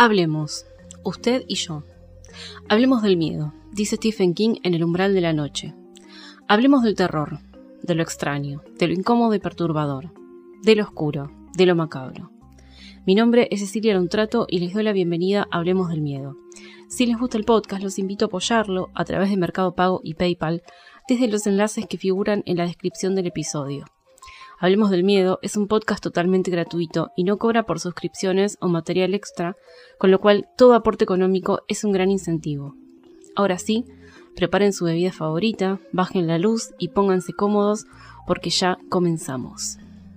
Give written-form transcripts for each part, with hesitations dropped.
Hablemos, usted y yo. Hablemos del miedo, dice Stephen King en El umbral de la noche. Hablemos del terror, de lo extraño, de lo incómodo y perturbador, de lo oscuro, de lo macabro. Mi nombre es Cecilia Lontrato y les doy la bienvenida a Hablemos del Miedo. Si les gusta el podcast, los invito a apoyarlo a través de Mercado Pago y PayPal desde los enlaces que figuran en la descripción del episodio. Hablemos del Miedo es un podcast totalmente gratuito y no cobra por suscripciones o material extra, con lo cual todo aporte económico es un gran incentivo. Ahora sí, preparen su bebida favorita, bajen la luz y pónganse cómodos porque ya comenzamos.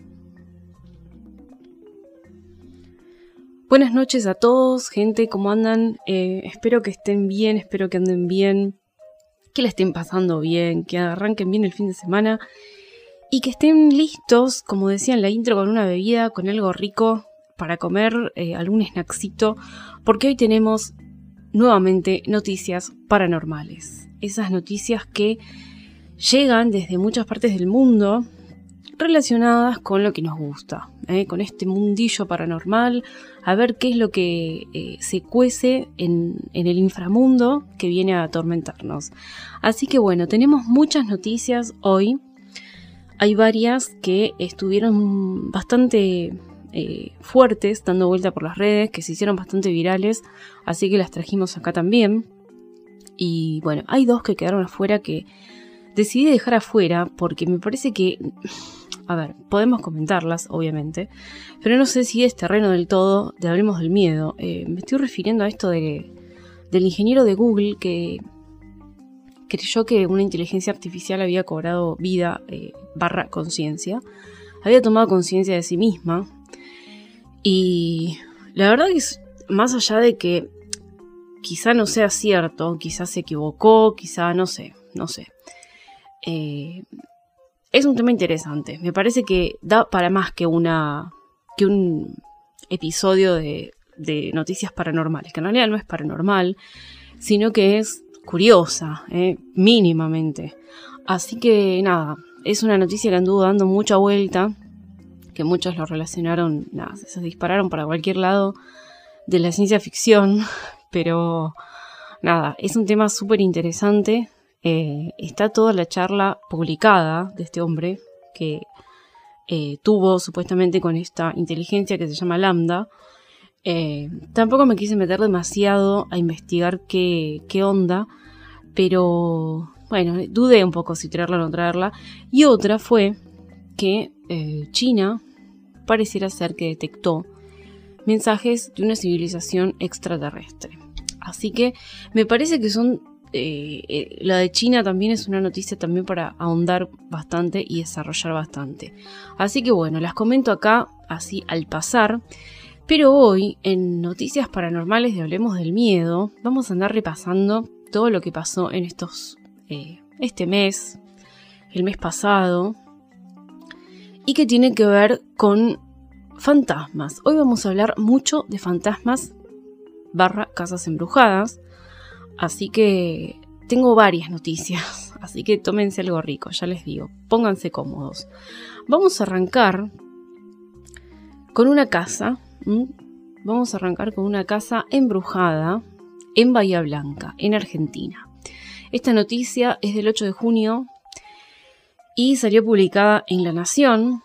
Buenas noches a todos, gente, ¿cómo andan? Espero que estén bien, espero que anden bien, que la estén pasando bien, que arranquen bien el fin de semana y que estén listos, como decía en la intro, con una bebida, con algo rico para comer, algún snacksito, porque hoy tenemos nuevamente noticias paranormales. Esas noticias que llegan desde muchas partes del mundo relacionadas con lo que nos gusta, con este mundillo paranormal, a ver qué es lo que se cuece en el inframundo que viene a atormentarnos. Así que bueno, tenemos muchas noticias hoy. Hay varias que estuvieron bastante fuertes, dando vuelta por las redes, que se hicieron bastante virales, así que las trajimos acá también. Y bueno, hay dos que quedaron afuera que decidí dejar afuera porque me parece que, a ver, podemos comentarlas, obviamente, pero no sé si es terreno del todo de Hablemos del Miedo. Me estoy refiriendo a esto del ingeniero de Google que creyó que una inteligencia artificial había cobrado vida / conciencia, había tomado conciencia de sí misma, y la verdad que es, más allá de que quizá no sea cierto, quizá se equivocó, quizá no sé, es un tema interesante. Me parece que da para más que un episodio de noticias paranormales, que en realidad no es paranormal, sino que es curiosa, mínimamente. Así que nada, es una noticia que anduvo dando mucha vuelta, que muchos lo relacionaron, se dispararon para cualquier lado de la ciencia ficción, pero nada, es un tema súper interesante. Está toda la charla publicada de este hombre que tuvo supuestamente con esta inteligencia que se llama Lambda. Tampoco me quise meter demasiado a investigar qué onda, pero bueno, dudé un poco si traerla o no traerla. Y otra fue que China pareciera ser que detectó mensajes de una civilización extraterrestre. Así que me parece que son la de China también es una noticia también para ahondar bastante y desarrollar bastante. Así que bueno, las comento acá así al pasar. Pero hoy, en Noticias Paranormales de Hablemos del Miedo, vamos a andar repasando todo lo que pasó en este mes, el mes pasado, y que tiene que ver con fantasmas. Hoy vamos a hablar mucho de fantasmas / casas embrujadas, así que tengo varias noticias, así que tómense algo rico, ya les digo, pónganse cómodos. Vamos a arrancar con una casa. Vamos a arrancar con una casa embrujada en Bahía Blanca, en Argentina. Esta noticia es del 8 de junio y salió publicada en La Nación.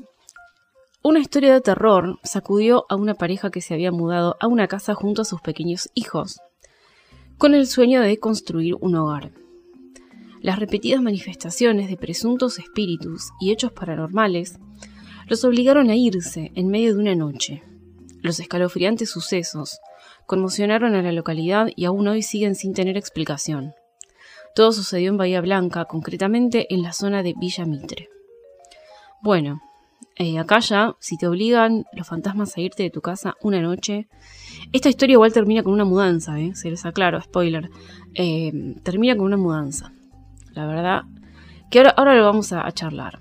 Una historia de terror sacudió a una pareja que se había mudado a una casa junto a sus pequeños hijos, con el sueño de construir un hogar. Las repetidas manifestaciones de presuntos espíritus y hechos paranormales los obligaron a irse en medio de una noche. Los escalofriantes sucesos conmocionaron a la localidad y aún hoy siguen sin tener explicación. Todo sucedió en Bahía Blanca, concretamente en la zona de Villa Mitre. Bueno, acá ya, si te obligan los fantasmas a irte de tu casa una noche, esta historia igual termina con una mudanza, se les aclaro, spoiler, termina con una mudanza. La verdad, que ahora lo vamos a charlar.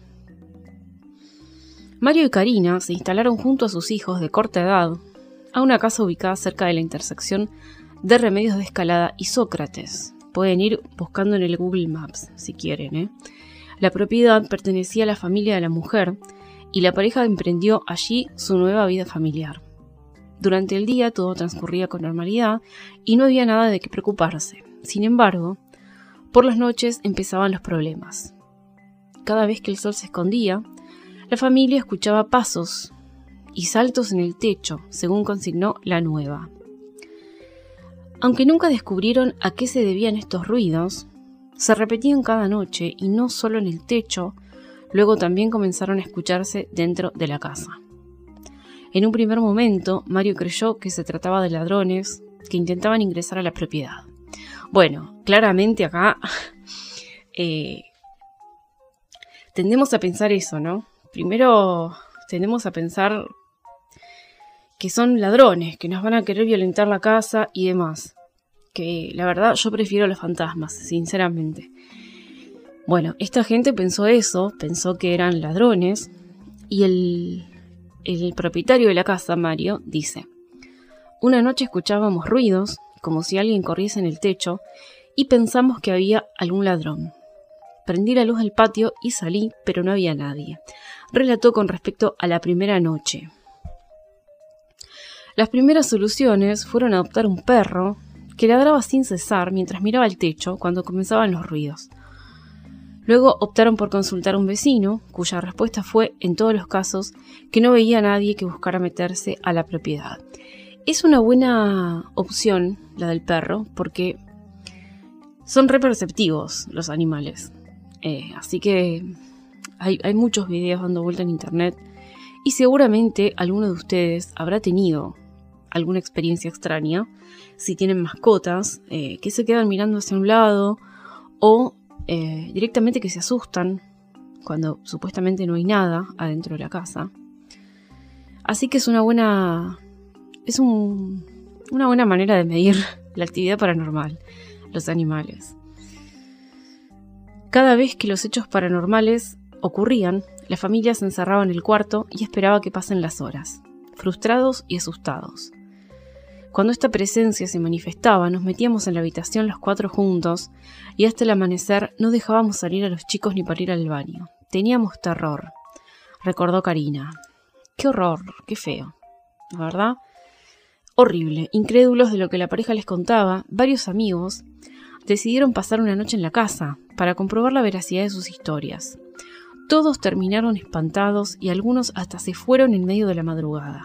Mario y Karina se instalaron junto a sus hijos de corta edad a una casa ubicada cerca de la intersección de Remedios de Escalada y Sócrates. Pueden ir buscando en el Google Maps si quieren. La propiedad pertenecía a la familia de la mujer y la pareja emprendió allí su nueva vida familiar. Durante el día todo transcurría con normalidad y no había nada de qué preocuparse. Sin embargo, por las noches empezaban los problemas. Cada vez que el sol se escondía, la familia escuchaba pasos y saltos en el techo, según consignó la nueva. Aunque nunca descubrieron a qué se debían estos ruidos, se repetían cada noche y no solo en el techo, luego también comenzaron a escucharse dentro de la casa. En un primer momento, Mario creyó que se trataba de ladrones que intentaban ingresar a la propiedad. Bueno, claramente acá tendemos a pensar eso, ¿no? Primero tendemos a pensar que son ladrones, que nos van a querer violentar la casa y demás. Que la verdad yo prefiero los fantasmas, sinceramente. Bueno, esta gente pensó eso, pensó que eran ladrones, y el propietario de la casa, Mario, dice: una noche escuchábamos ruidos, como si alguien corriese en el techo, y pensamos que había algún ladrón. Prendí la luz del patio y salí, pero no había nadie. Relató con respecto a la primera noche. Las primeras soluciones fueron adoptar un perro que ladraba sin cesar mientras miraba el techo cuando comenzaban los ruidos. Luego optaron por consultar a un vecino, cuya respuesta fue, en todos los casos, que no veía a nadie que buscara meterse a la propiedad. Es una buena opción la del perro, porque son re perceptivos los animales. Así que hay muchos videos dando vuelta en internet y seguramente alguno de ustedes habrá tenido alguna experiencia extraña, si tienen mascotas, que se quedan mirando hacia un lado o directamente que se asustan cuando supuestamente no hay nada adentro de la casa. Así que es una buena manera de medir la actividad paranormal, los animales. Cada vez que los hechos paranormales ocurrían, la familia se encerraba en el cuarto y esperaba que pasen las horas, frustrados y asustados. Cuando esta presencia se manifestaba, nos metíamos en la habitación los cuatro juntos y hasta el amanecer no dejábamos salir a los chicos ni para ir al baño. Teníamos terror, recordó Karina. Qué horror, qué feo, ¿la verdad? Horrible. Incrédulos de lo que la pareja les contaba, varios amigos decidieron pasar una noche en la casa para comprobar la veracidad de sus historias. Todos terminaron espantados y algunos hasta se fueron en medio de la madrugada.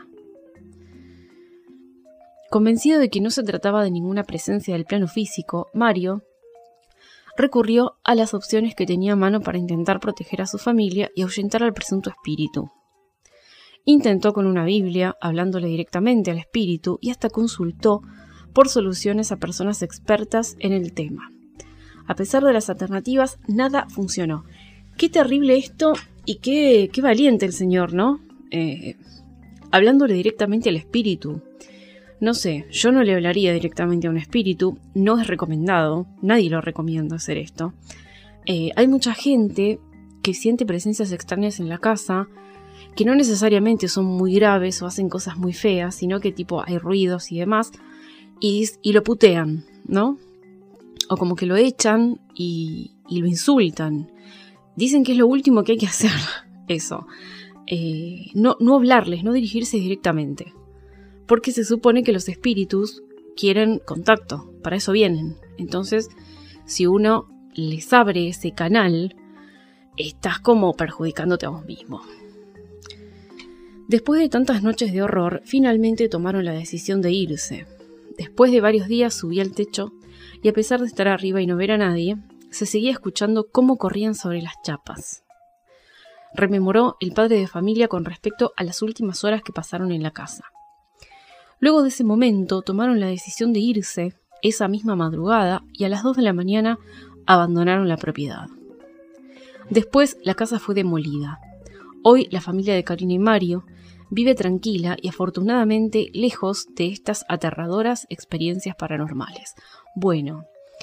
Convencido de que no se trataba de ninguna presencia del plano físico, Mario recurrió a las opciones que tenía a mano para intentar proteger a su familia y ahuyentar al presunto espíritu. Intentó con una Biblia, hablándole directamente al espíritu, y hasta consultó por soluciones a personas expertas en el tema. A pesar de las alternativas, nada funcionó. Qué terrible esto y qué valiente el señor, ¿no? Hablándole directamente al espíritu. No sé, yo no le hablaría directamente a un espíritu, no es recomendado, nadie lo recomienda hacer esto. Hay mucha gente que siente presencias extrañas en la casa, que no necesariamente son muy graves o hacen cosas muy feas, sino que tipo hay ruidos y demás, y lo putean, ¿no? O como que lo echan y lo insultan. Dicen que es lo último que hay que hacer, eso. No hablarles, no dirigirse directamente. Porque se supone que los espíritus quieren contacto, para eso vienen. Entonces, si uno les abre ese canal, estás como perjudicándote a vos mismo. Después de tantas noches de horror, finalmente tomaron la decisión de irse. Después de varios días subí al techo y a pesar de estar arriba y no ver a nadie, se seguía escuchando cómo corrían sobre las chapas. Rememoró el padre de familia con respecto a las últimas horas que pasaron en la casa. Luego de ese momento tomaron la decisión de irse esa misma madrugada y a las 2 de la mañana abandonaron la propiedad. Después la casa fue demolida. Hoy la familia de Karina y Mario vive tranquila y afortunadamente lejos de estas aterradoras experiencias paranormales. Bueno,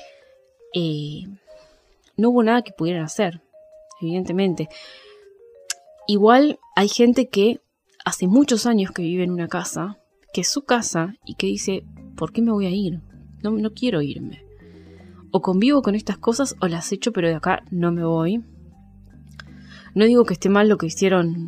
no hubo nada que pudieran hacer, evidentemente. Igual hay gente que hace muchos años que vive en una casa, que es su casa, y que dice, ¿por qué me voy a ir? No quiero irme. O convivo con estas cosas o las echo, pero de acá no me voy. No digo que esté mal lo que hicieron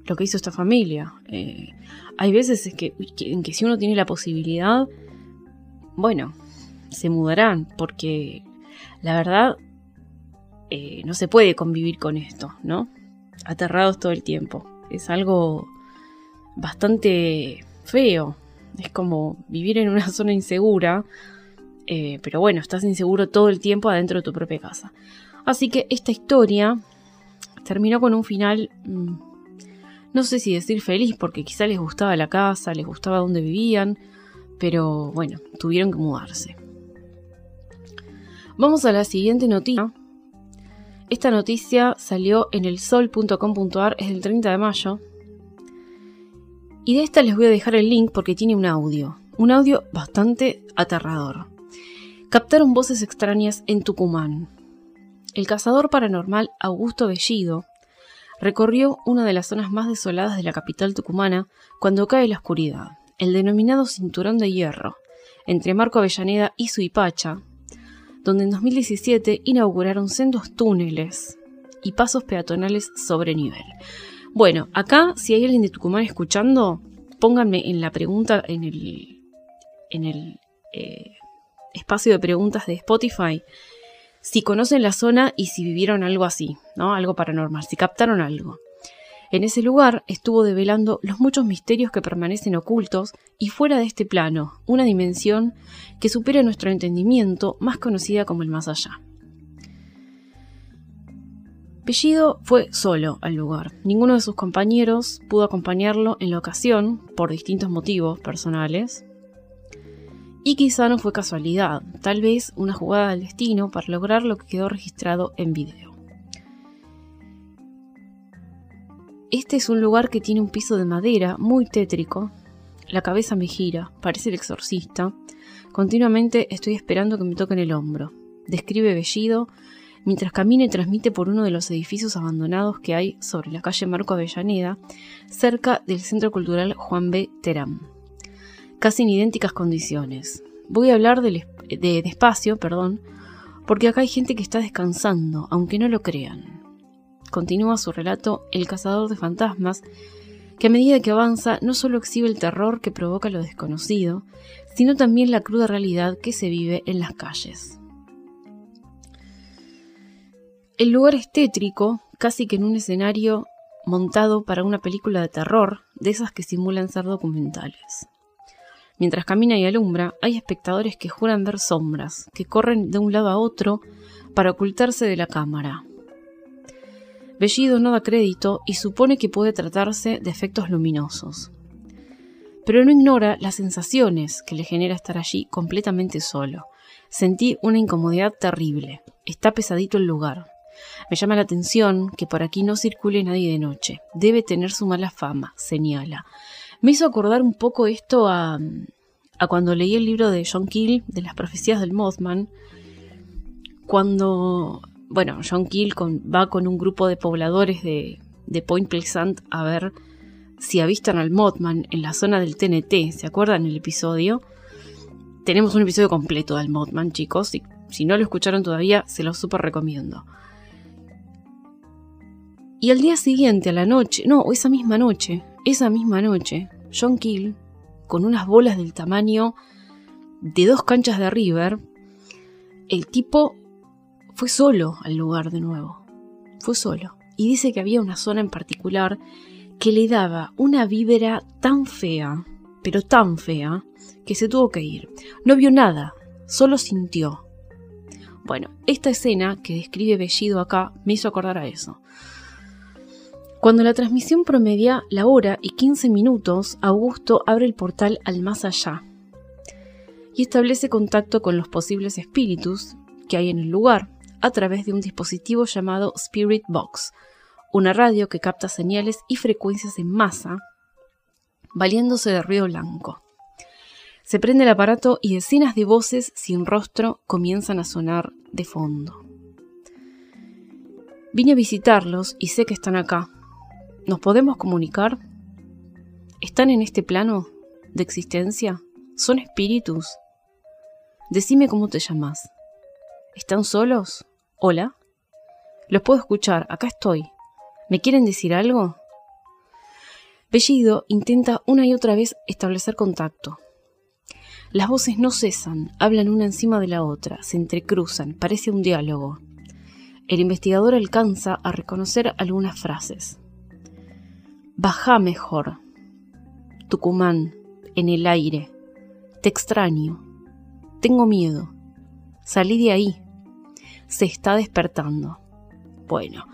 lo que hizo esta familia. Hay veces en que si uno tiene la posibilidad, bueno, se mudarán, porque la verdad no se puede convivir con esto, ¿no? Aterrados todo el tiempo. Es algo bastante feo. Es como vivir en una zona insegura, pero bueno, estás inseguro todo el tiempo adentro de tu propia casa. Así que esta historia terminó con un final, no sé si decir feliz, porque quizá les gustaba la casa, les gustaba donde vivían, pero bueno, tuvieron que mudarse. Vamos a la siguiente noticia. Esta noticia salió en elsol.com.ar, es del 30 de mayo. Y de esta les voy a dejar el link porque tiene un audio bastante aterrador. Captaron voces extrañas en Tucumán. El cazador paranormal Augusto Bellido recorrió una de las zonas más desoladas de la capital tucumana cuando cae la oscuridad, el denominado Cinturón de Hierro, entre Marco Avellaneda y Suipacha, donde en 2017 inauguraron sendos túneles y pasos peatonales sobre nivel. Bueno, acá, si hay alguien de Tucumán escuchando, pónganme en la pregunta, en el espacio de preguntas de Spotify, si conocen la zona y si vivieron algo así, ¿no? Algo paranormal, si captaron algo. En ese lugar estuvo develando los muchos misterios que permanecen ocultos y fuera de este plano, una dimensión que supera nuestro entendimiento, más conocida como el más allá. Bellido fue solo al lugar. Ninguno de sus compañeros pudo acompañarlo en la ocasión por distintos motivos personales. Y quizá no fue casualidad, tal vez una jugada del destino para lograr lo que quedó registrado en video. Este es un lugar que tiene un piso de madera muy tétrico. La cabeza me gira, parece el exorcista. Continuamente estoy esperando que me toquen el hombro. Describe Bellido mientras camina y transmite por uno de los edificios abandonados que hay sobre la calle Marco Avellaneda, cerca del Centro Cultural Juan B. Terán. Casi en idénticas condiciones. Voy a hablar despacio, porque acá hay gente que está descansando, aunque no lo crean. Continúa su relato El cazador de fantasmas, que a medida que avanza no solo exhibe el terror que provoca lo desconocido, sino también la cruda realidad que se vive en las calles. El lugar es tétrico, casi que en un escenario montado para una película de terror, de esas que simulan ser documentales. Mientras camina y alumbra, hay espectadores que juran ver sombras, que corren de un lado a otro para ocultarse de la cámara. Bellido no da crédito y supone que puede tratarse de efectos luminosos. Pero no ignora las sensaciones que le genera estar allí completamente solo. Sentí una incomodidad terrible. Está pesadito el lugar. Me llama la atención que por aquí no circule nadie de noche. Debe tener su mala fama, señala. Me hizo acordar un poco esto a cuando leí el libro de John Keel, de las profecías del Mothman, cuando, John Keel va con un grupo de pobladores de Point Pleasant a ver si avistan al Mothman en la zona del TNT. ¿Se acuerdan el episodio? Tenemos un episodio completo del Mothman, chicos. Si no lo escucharon todavía, se lo súper recomiendo. Y al día siguiente, esa misma noche, John Keel, con unas bolas del tamaño de 2 canchas de River, el tipo fue solo al lugar de nuevo. Fue solo. Y dice que había una zona en particular que le daba una vibra tan fea, pero tan fea, que se tuvo que ir. No vio nada, solo sintió. Bueno, esta escena que describe Bellido acá me hizo acordar a eso. Cuando la transmisión promedia la hora y 15 minutos, Augusto abre el portal al más allá y establece contacto con los posibles espíritus que hay en el lugar a través de un dispositivo llamado Spirit Box, una radio que capta señales y frecuencias en masa, valiéndose de ruido blanco. Se prende el aparato y decenas de voces sin rostro comienzan a sonar de fondo. Vine a visitarlos y sé que están acá. ¿Nos podemos comunicar? ¿Están en este plano de existencia? ¿Son espíritus? Decime cómo te llamas. ¿Están solos? ¿Hola? Los puedo escuchar, acá estoy. ¿Me quieren decir algo? Bellido intenta una y otra vez establecer contacto. Las voces no cesan, hablan una encima de la otra, se entrecruzan, parece un diálogo. El investigador alcanza a reconocer algunas frases. Bajá mejor. Tucumán, en el aire. Te extraño. Tengo miedo. Salí de ahí. Se está despertando. Bueno.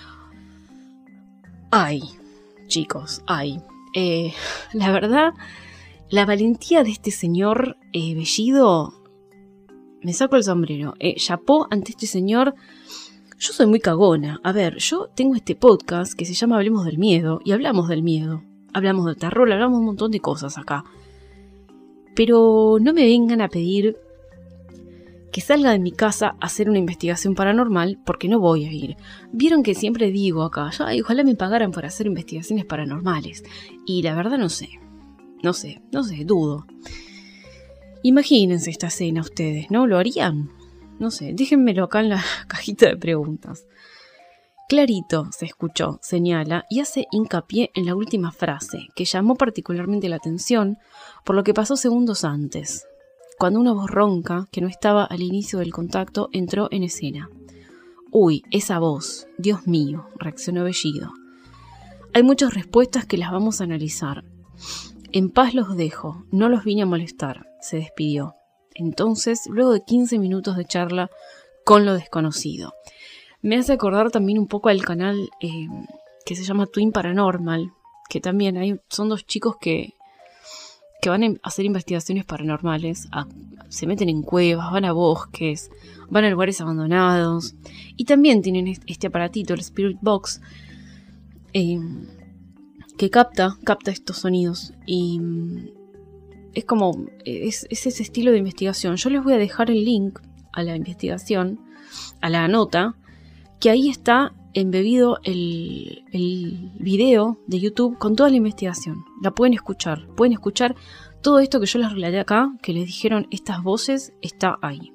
Ay, chicos, ay. La verdad, la valentía de este señor Bellido, me saco el sombrero. Chapó ante este señor. Yo soy muy cagona. A ver, yo tengo este podcast que se llama Hablemos del Miedo, y hablamos del miedo. Hablamos del terror, hablamos de un montón de cosas acá. Pero no me vengan a pedir que salga de mi casa a hacer una investigación paranormal, porque no voy a ir. Vieron que siempre digo acá, ojalá me pagaran por hacer investigaciones paranormales. Y la verdad no sé, dudo. Imagínense esta escena ustedes, ¿no? ¿Lo harían? No sé, déjenmelo acá en la cajita de preguntas. Clarito, se escuchó, señala, y hace hincapié en la última frase, que llamó particularmente la atención por lo que pasó segundos antes, cuando una voz ronca, que no estaba al inicio del contacto, entró en escena. «Uy, esa voz, Dios mío», reaccionó Bellido. «Hay muchas respuestas que las vamos a analizar. En paz los dejo, no los vine a molestar», se despidió. Entonces, luego de 15 minutos de charla con lo desconocido. Me hace acordar también un poco al canal que se llama Twin Paranormal, que también son dos chicos que van a hacer investigaciones paranormales, se meten en cuevas, van a bosques, van a lugares abandonados, y también tienen este aparatito, el Spirit Box, que capta estos sonidos, y es como, es ese estilo de investigación. Yo les voy a dejar el link a la investigación, a la nota, que ahí está embebido el video de YouTube con toda la investigación. La pueden escuchar todo esto que yo les relaté acá, que les dijeron estas voces, está ahí.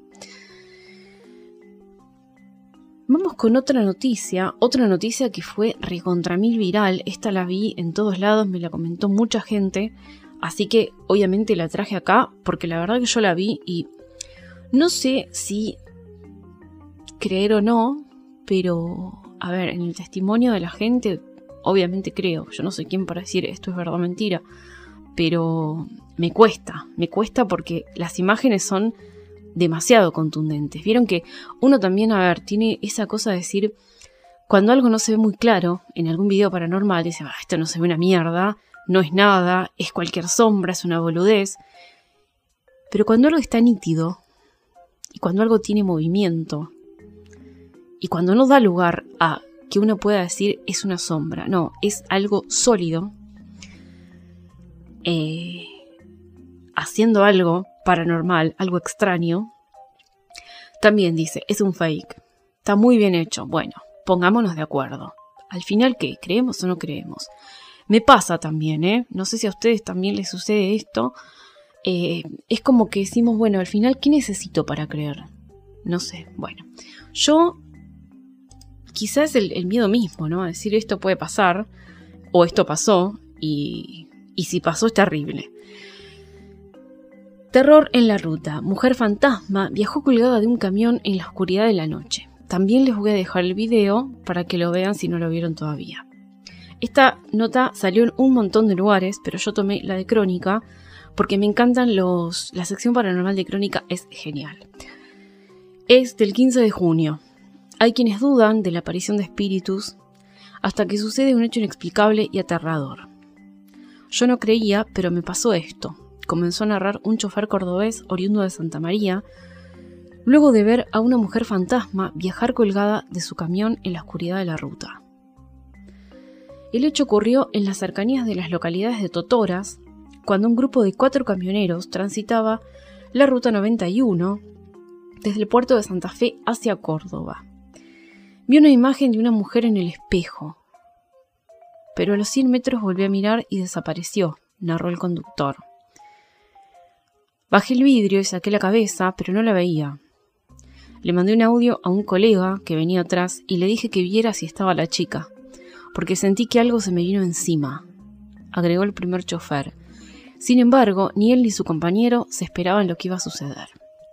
Vamos con otra noticia que fue recontra mil viral. Esta la vi en todos lados, me la comentó mucha gente, así que obviamente la traje acá, porque la verdad que yo la vi y no sé si creer o no, pero a ver, en el testimonio de la gente, obviamente creo. Yo no soy quién para decir esto es verdad o mentira, pero me cuesta porque las imágenes son demasiado contundentes. Vieron que uno también, a ver, tiene esa cosa de decir, cuando algo no se ve muy claro en algún video paranormal, dice, esto no se ve una mierda, no es nada, es cualquier sombra, es una boludez. Pero cuando algo está nítido, y cuando algo tiene movimiento, y cuando no da lugar a que uno pueda decir es una sombra, no, es algo sólido, haciendo algo paranormal, algo extraño, también dice, es un fake, está muy bien hecho. Bueno, pongámonos de acuerdo. Al final, ¿qué? ¿Creemos o no creemos? Me pasa también, no sé si a ustedes también les sucede esto. Es como que decimos, bueno, al final, ¿qué necesito para creer? No sé, bueno, yo quizás el miedo mismo, ¿no? A decir esto puede pasar, o esto pasó, y si pasó es terrible. Terror en la ruta. Mujer fantasma viajó colgada de un camión en la oscuridad de la noche. También les voy a dejar el video para que lo vean si no lo vieron todavía. Esta nota salió en un montón de lugares, pero yo tomé la de Crónica porque me encantan la sección paranormal de Crónica, es genial. Es del 15 de junio. Hay quienes dudan de la aparición de espíritus hasta que sucede un hecho inexplicable y aterrador. Yo no creía, pero me pasó esto. Comenzó a narrar un chofer cordobés oriundo de Santa María, luego de ver a una mujer fantasma viajar colgada de su camión en la oscuridad de la ruta. El hecho ocurrió en las cercanías de las localidades de Totoras, cuando un grupo de 4 camioneros transitaba la ruta 91 desde el puerto de Santa Fe hacia Córdoba. Vi una imagen de una mujer en el espejo, pero a los 100 metros volví a mirar y desapareció, narró el conductor. Bajé el vidrio y saqué la cabeza, pero no la veía. Le mandé un audio a un colega que venía atrás y le dije que viera si estaba la chica, porque sentí que algo se me vino encima. agregó el primer chofer. Sin embargo, ni él ni su compañero se esperaban lo que iba a suceder.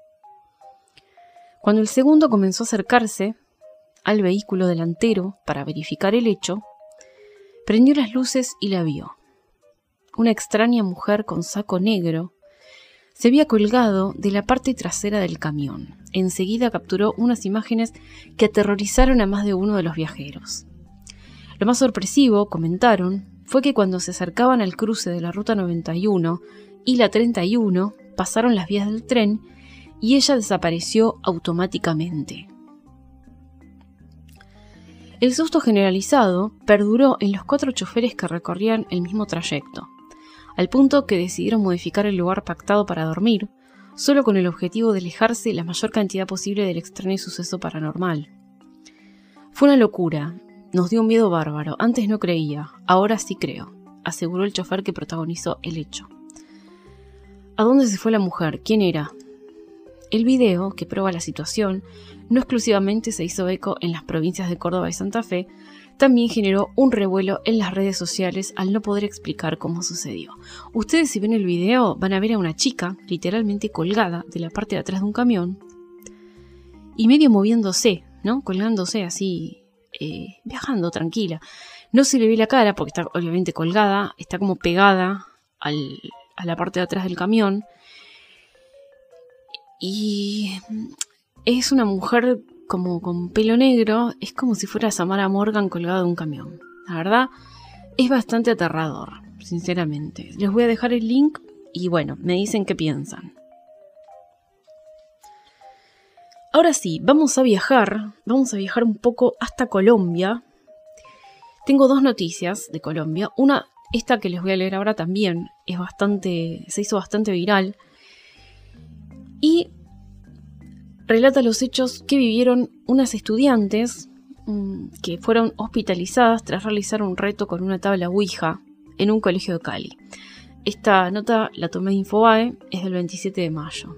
Cuando el segundo comenzó a acercarse al vehículo delantero para verificar el hecho, prendió las luces y la vio. Una extraña mujer con saco negro se había colgado de la parte trasera del camión. Enseguida capturó unas imágenes que aterrorizaron a más de uno de los viajeros. Lo más sorpresivo, comentaron, fue que cuando se acercaban al cruce de la ruta 91 y la 31, pasaron las vías del tren y ella desapareció automáticamente. El susto generalizado perduró en los 4 choferes que recorrían el mismo trayecto, al punto que decidieron modificar el lugar pactado para dormir, solo con el objetivo de alejarse la mayor cantidad posible del extraño suceso paranormal. Fue una locura, nos dio un miedo bárbaro, antes no creía, ahora sí creo, aseguró el chofer que protagonizó el hecho. ¿A dónde se fue la mujer? ¿Quién era? El video, que prueba la situación, no exclusivamente se hizo eco en las provincias de Córdoba y Santa Fe, también generó un revuelo en las redes sociales al no poder explicar cómo sucedió. Ustedes, si ven el video, van a ver a una chica literalmente colgada de la parte de atrás de un camión y medio moviéndose, ¿no? Colgándose así, viajando tranquila. No se le ve la cara porque está obviamente colgada, está como pegada a la parte de atrás del camión. Y es una mujer como con pelo negro, es como si fuera Samara Morgan colgada de un camión. La verdad, es bastante aterrador, sinceramente. Les voy a dejar el link y bueno, me dicen qué piensan. Ahora sí, vamos a viajar un poco hasta Colombia. Tengo 2 noticias de Colombia. Una, esta que les voy a leer ahora también, se hizo bastante viral. Y relata los hechos que vivieron unas estudiantes que fueron hospitalizadas tras realizar un reto con una tabla Ouija en un colegio de Cali. Esta nota la tomé de Infobae, es del 27 de mayo.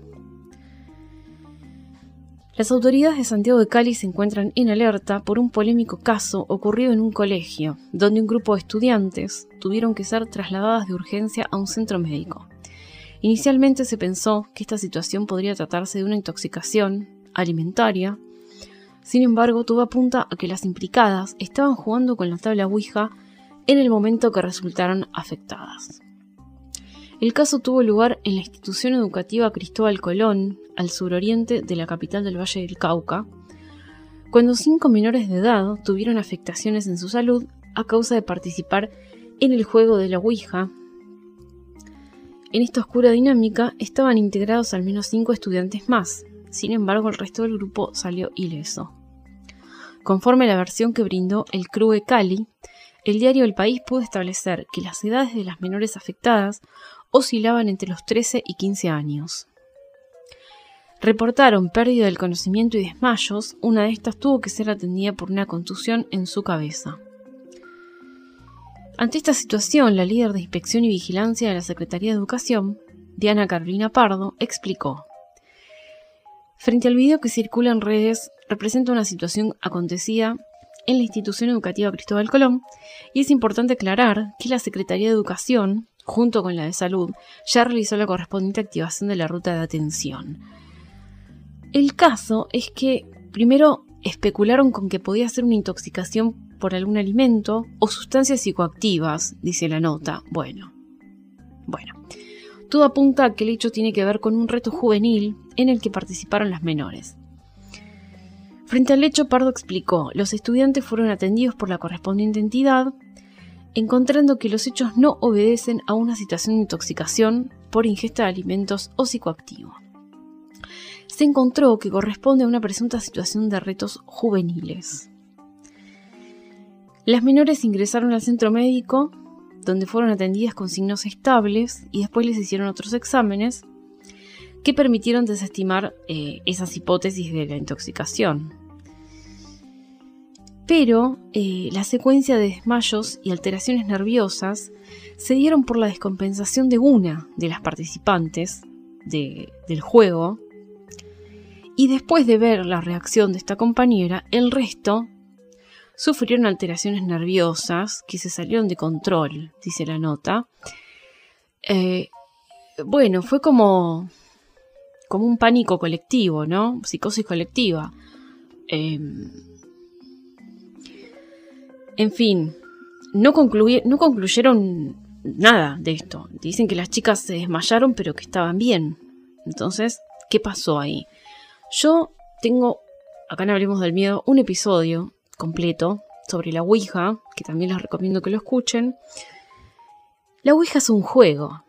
Las autoridades de Santiago de Cali se encuentran en alerta por un polémico caso ocurrido en un colegio, donde un grupo de estudiantes tuvieron que ser trasladadas de urgencia a un centro médico. Inicialmente se pensó que esta situación podría tratarse de una intoxicación alimentaria. Sin embargo, todo apunta a que las implicadas estaban jugando con la tabla Ouija en el momento que resultaron afectadas. El caso tuvo lugar en la institución educativa Cristóbal Colón, al suroriente de la capital del Valle del Cauca, cuando 5 menores de edad tuvieron afectaciones en su salud a causa de participar en el juego de la Ouija. En esta oscura dinámica estaban integrados al menos 5 estudiantes más. Sin embargo, el resto del grupo salió ileso. Conforme a la versión que brindó el CRUE Cali, el diario El País pudo establecer que las edades de las menores afectadas oscilaban entre los 13 y 15 años. Reportaron pérdida del conocimiento y desmayos. Una de estas tuvo que ser atendida por una contusión en su cabeza. Ante esta situación, la líder de Inspección y Vigilancia de la Secretaría de Educación, Diana Carolina Pardo, explicó: frente al video que circula en redes, representa una situación acontecida en la institución educativa Cristóbal Colón y es importante aclarar que la Secretaría de Educación, junto con la de Salud, ya realizó la correspondiente activación de la ruta de atención. El caso es que primero especularon con que podía ser una intoxicación por algún alimento o sustancias psicoactivas, dice la nota. Bueno. Todo apunta a que el hecho tiene que ver con un reto juvenil en el que participaron las menores. Frente al hecho, Pardo explicó: los estudiantes fueron atendidos por la correspondiente entidad, encontrando que los hechos no obedecen a una situación de intoxicación por ingesta de alimentos o psicoactivo. Se encontró que corresponde a una presunta situación de retos juveniles. Las menores ingresaron al centro médico, donde fueron atendidas con signos estables y después les hicieron otros exámenes que permitieron desestimar esas hipótesis de la intoxicación. Pero la secuencia de desmayos y alteraciones nerviosas se dieron por la descompensación de una de las participantes del juego, y después de ver la reacción de esta compañera, el resto sufrieron alteraciones nerviosas que se salieron de control, dice la nota. Bueno, fue como un pánico colectivo, ¿no? Psicosis colectiva. En fin, no concluyeron nada de esto. Dicen que las chicas se desmayaron, pero que estaban bien. Entonces, ¿qué pasó ahí? Yo tengo, acá en Hablemos del Miedo, un episodio completo sobre la Ouija, que también les recomiendo que lo escuchen. La Ouija es un juego.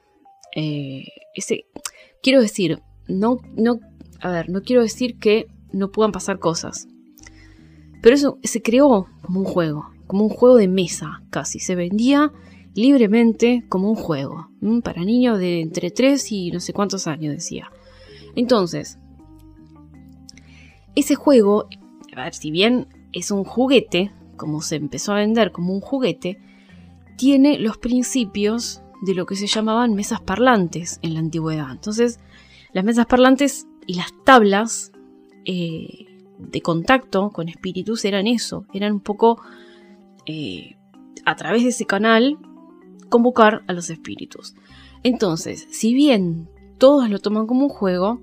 Quiero decir, no quiero decir que no puedan pasar cosas. Pero eso se creó como un juego de mesa casi. Se vendía libremente como un juego, para niños de entre 3 y no sé cuántos años, decía. Entonces, ese juego, a ver, si bien es un juguete, como se empezó a vender como un juguete, tiene los principios de lo que se llamaban mesas parlantes en la antigüedad. Entonces, las mesas parlantes y las tablas de contacto con espíritus eran eso, eran un poco a través de ese canal convocar a los espíritus. Entonces, si bien todos lo toman como un juego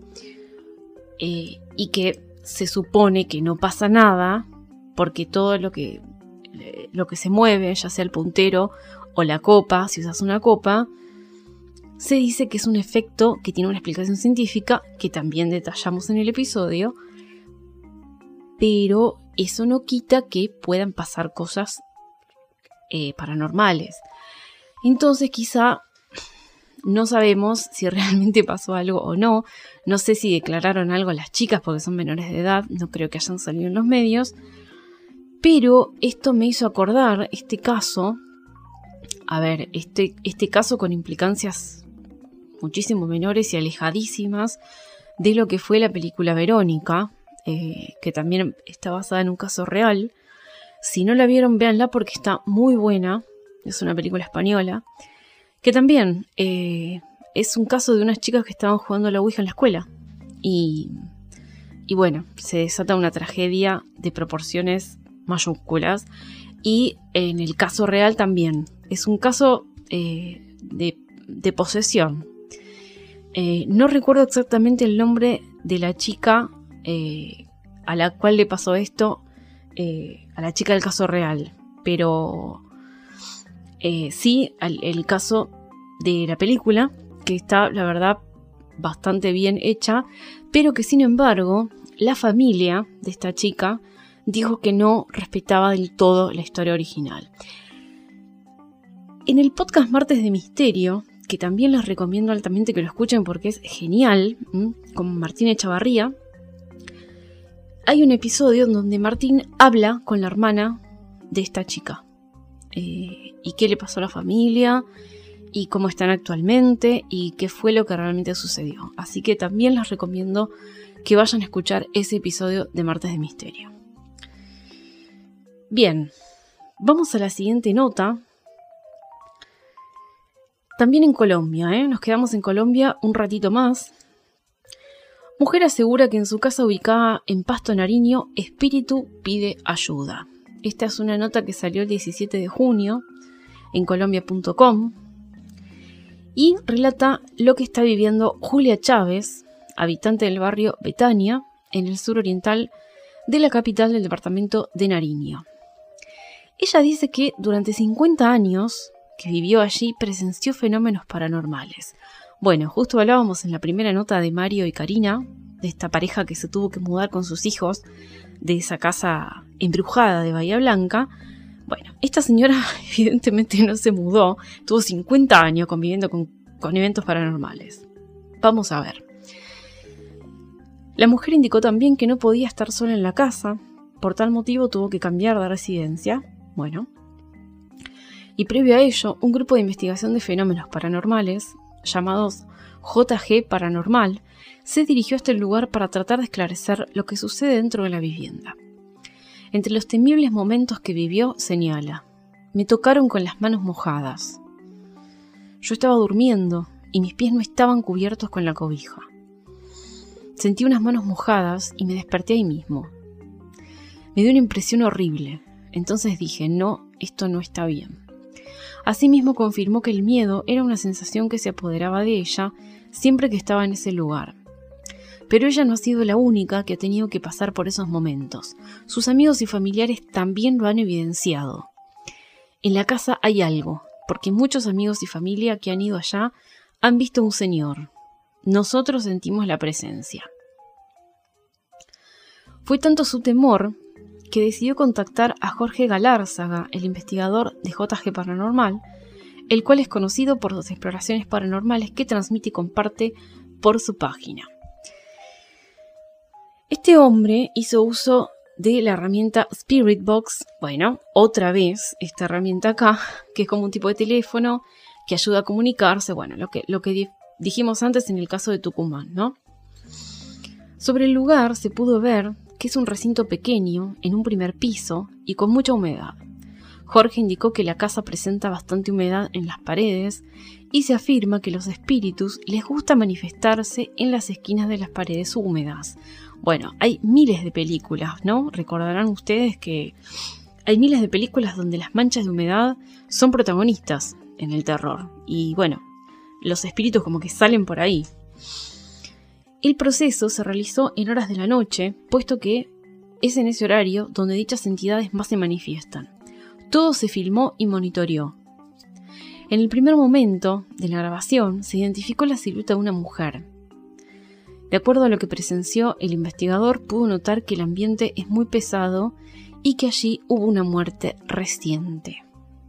y que se supone que no pasa nada, porque todo lo que se mueve, ya sea el puntero o la copa, si usas una copa, se dice que es un efecto que tiene una explicación científica, que también detallamos en el episodio, pero eso no quita que puedan pasar cosas paranormales. Entonces quizá no sabemos si realmente pasó algo o no. No sé si declararon algo las chicas porque son menores de edad. No creo que hayan salido en los medios. Pero esto me hizo acordar este caso. A ver, este caso con implicancias muchísimo menores y alejadísimas de lo que fue la película Verónica, que también está basada en un caso real. Si no la vieron, véanla porque está muy buena. Es una película española, que también es un caso de unas chicas que estaban jugando a la Ouija en la escuela. Y bueno, se desata una tragedia de proporciones mayúsculas. Y en el caso real también. Es un caso de posesión. No recuerdo exactamente el nombre de la chica a la cual le pasó esto, a la chica del caso real. Pero sí, el caso de la película, que está, la verdad, bastante bien hecha, pero que sin embargo, la familia de esta chica dijo que no respetaba del todo la historia original. En el podcast Martes de Misterio, que también les recomiendo altamente que lo escuchen porque es genial, con Martín Echavarría, hay un episodio donde Martín habla con la hermana de esta chica. Y qué le pasó a la familia, y cómo están actualmente, y qué fue lo que realmente sucedió. Así que también les recomiendo que vayan a escuchar ese episodio de Martes de Misterio. Bien, vamos a la siguiente nota. También en Colombia, nos quedamos en Colombia un ratito más. Mujer asegura que en su casa ubicada en Pasto, Nariño, espíritu pide ayuda. Esta es una nota que salió el 17 de junio en colombia.com y relata lo que está viviendo Julia Chávez, habitante del barrio Betania, en el sur oriental de la capital del departamento de Nariño. Ella dice que durante 50 años que vivió allí presenció fenómenos paranormales. Bueno, justo hablábamos en la primera nota de Mario y Karina, de esta pareja que se tuvo que mudar con sus hijos de esa casa embrujada de Bahía Blanca. Bueno, esta señora evidentemente no se mudó, tuvo 50 años conviviendo con eventos paranormales. Vamos a ver. La mujer indicó también que no podía estar sola en la casa, por tal motivo tuvo que cambiar de residencia. Bueno, y previo a ello, un grupo de investigación de fenómenos paranormales, llamados JG Paranormal, se dirigió hasta el lugar para tratar de esclarecer lo que sucede dentro de la vivienda. Entre los temibles momentos que vivió, señala: me tocaron con las manos mojadas. Yo estaba durmiendo y mis pies no estaban cubiertos con la cobija. Sentí unas manos mojadas y me desperté ahí mismo. Me dio una impresión horrible. Entonces dije, no, esto no está bien. Asimismo confirmó que el miedo era una sensación que se apoderaba de ella siempre que estaba en ese lugar. Pero ella no ha sido la única que ha tenido que pasar por esos momentos. Sus amigos y familiares también lo han evidenciado. En la casa hay algo, porque muchos amigos y familia que han ido allá han visto un señor. Nosotros sentimos la presencia. Fue tanto su temor que decidió contactar a Jorge Galárzaga, el investigador de JG Paranormal, el cual es conocido por sus exploraciones paranormales que transmite y comparte por su página. Este hombre hizo uso de la herramienta Spirit Box, bueno, otra vez esta herramienta acá, que es como un tipo de teléfono que ayuda a comunicarse, bueno, lo que dijimos antes en el caso de Tucumán, ¿no? Sobre el lugar se pudo ver que es un recinto pequeño, en un primer piso y con mucha humedad. Jorge indicó que la casa presenta bastante humedad en las paredes y se afirma que los espíritus les gusta manifestarse en las esquinas de las paredes húmedas. Bueno, hay miles de películas, ¿no? Recordarán ustedes que hay miles de películas donde las manchas de humedad son protagonistas en el terror. Y bueno, los espíritus como que salen por ahí. El proceso se realizó en horas de la noche, puesto que es en ese horario donde dichas entidades más se manifiestan. Todo se filmó y monitoreó. En el primer momento de la grabación se identificó la silueta de una mujer. De acuerdo a lo que presenció, el investigador pudo notar que el ambiente es muy pesado y que allí hubo una muerte reciente.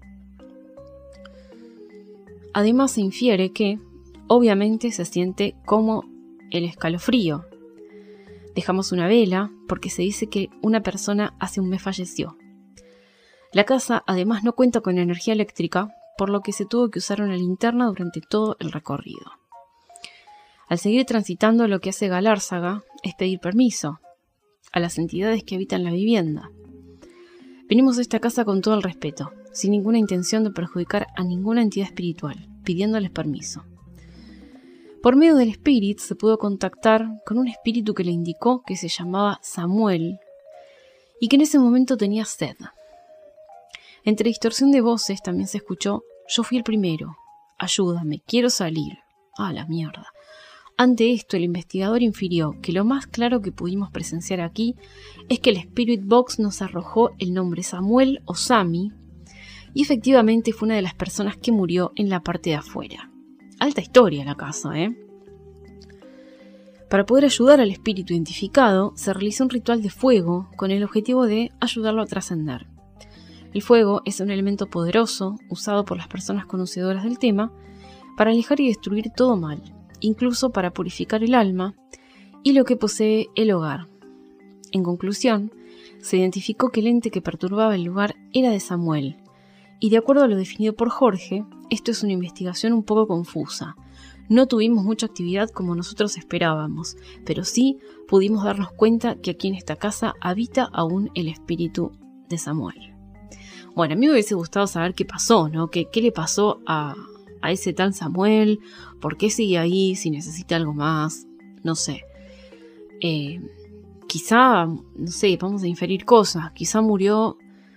Además se infiere que, obviamente, se siente como el escalofrío. Dejamos una vela porque se dice que una persona hace un mes falleció. La casa además no cuenta con energía eléctrica, por lo que se tuvo que usar una linterna durante todo el recorrido. Al seguir transitando, lo que hace Galárzaga es pedir permiso a las entidades que habitan la vivienda. Venimos a esta casa con todo el respeto, sin ninguna intención de perjudicar a ninguna entidad espiritual, pidiéndoles permiso. Por medio del Spirit se pudo contactar con un espíritu que le indicó que se llamaba Samuel y que en ese momento tenía sed. Entre distorsión de voces también se escuchó: yo fui el primero, ayúdame, quiero salir. ¡Ah, la mierda! Ante esto, el investigador infirió que lo más claro que pudimos presenciar aquí es que el Spirit Box nos arrojó el nombre Samuel o Sami, y efectivamente fue una de las personas que murió en la parte de afuera. Alta historia la casa, ¿eh? Para poder ayudar al espíritu identificado, se realizó un ritual de fuego con el objetivo de ayudarlo a trascender. El fuego es un elemento poderoso usado por las personas conocedoras del tema para alejar y destruir todo mal, incluso para purificar el alma y lo que posee el hogar. En conclusión, se identificó que el ente que perturbaba el lugar era de Samuel, y de acuerdo a lo definido por Jorge, esto es una investigación un poco confusa. No tuvimos mucha actividad como nosotros esperábamos, pero sí pudimos darnos cuenta que aquí en esta casa habita aún el espíritu de Samuel. Bueno, a mí me hubiese gustado saber qué pasó, ¿no? ¿Qué le pasó a ese tal Samuel? ¿Por qué sigue ahí? Si necesita algo más, no sé. Quizá, no sé, vamos a inferir cosas. Quizá murió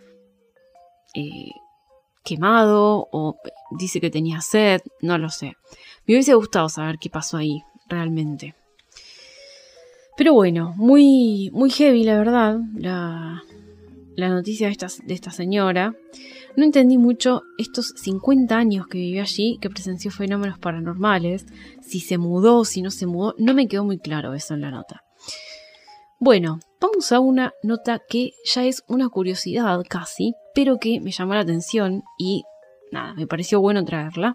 quemado o dice que tenía sed, no lo sé. Me hubiese gustado saber qué pasó ahí, realmente. Pero bueno, muy, muy heavy la verdad, la noticia de esta señora. No entendí mucho estos 50 años que vivió allí, que presenció fenómenos paranormales, si se mudó, si no se mudó, no me quedó muy claro eso en la nota. Bueno, vamos a una nota que ya es una curiosidad casi, pero que me llamó la atención y nada, me pareció bueno traerla.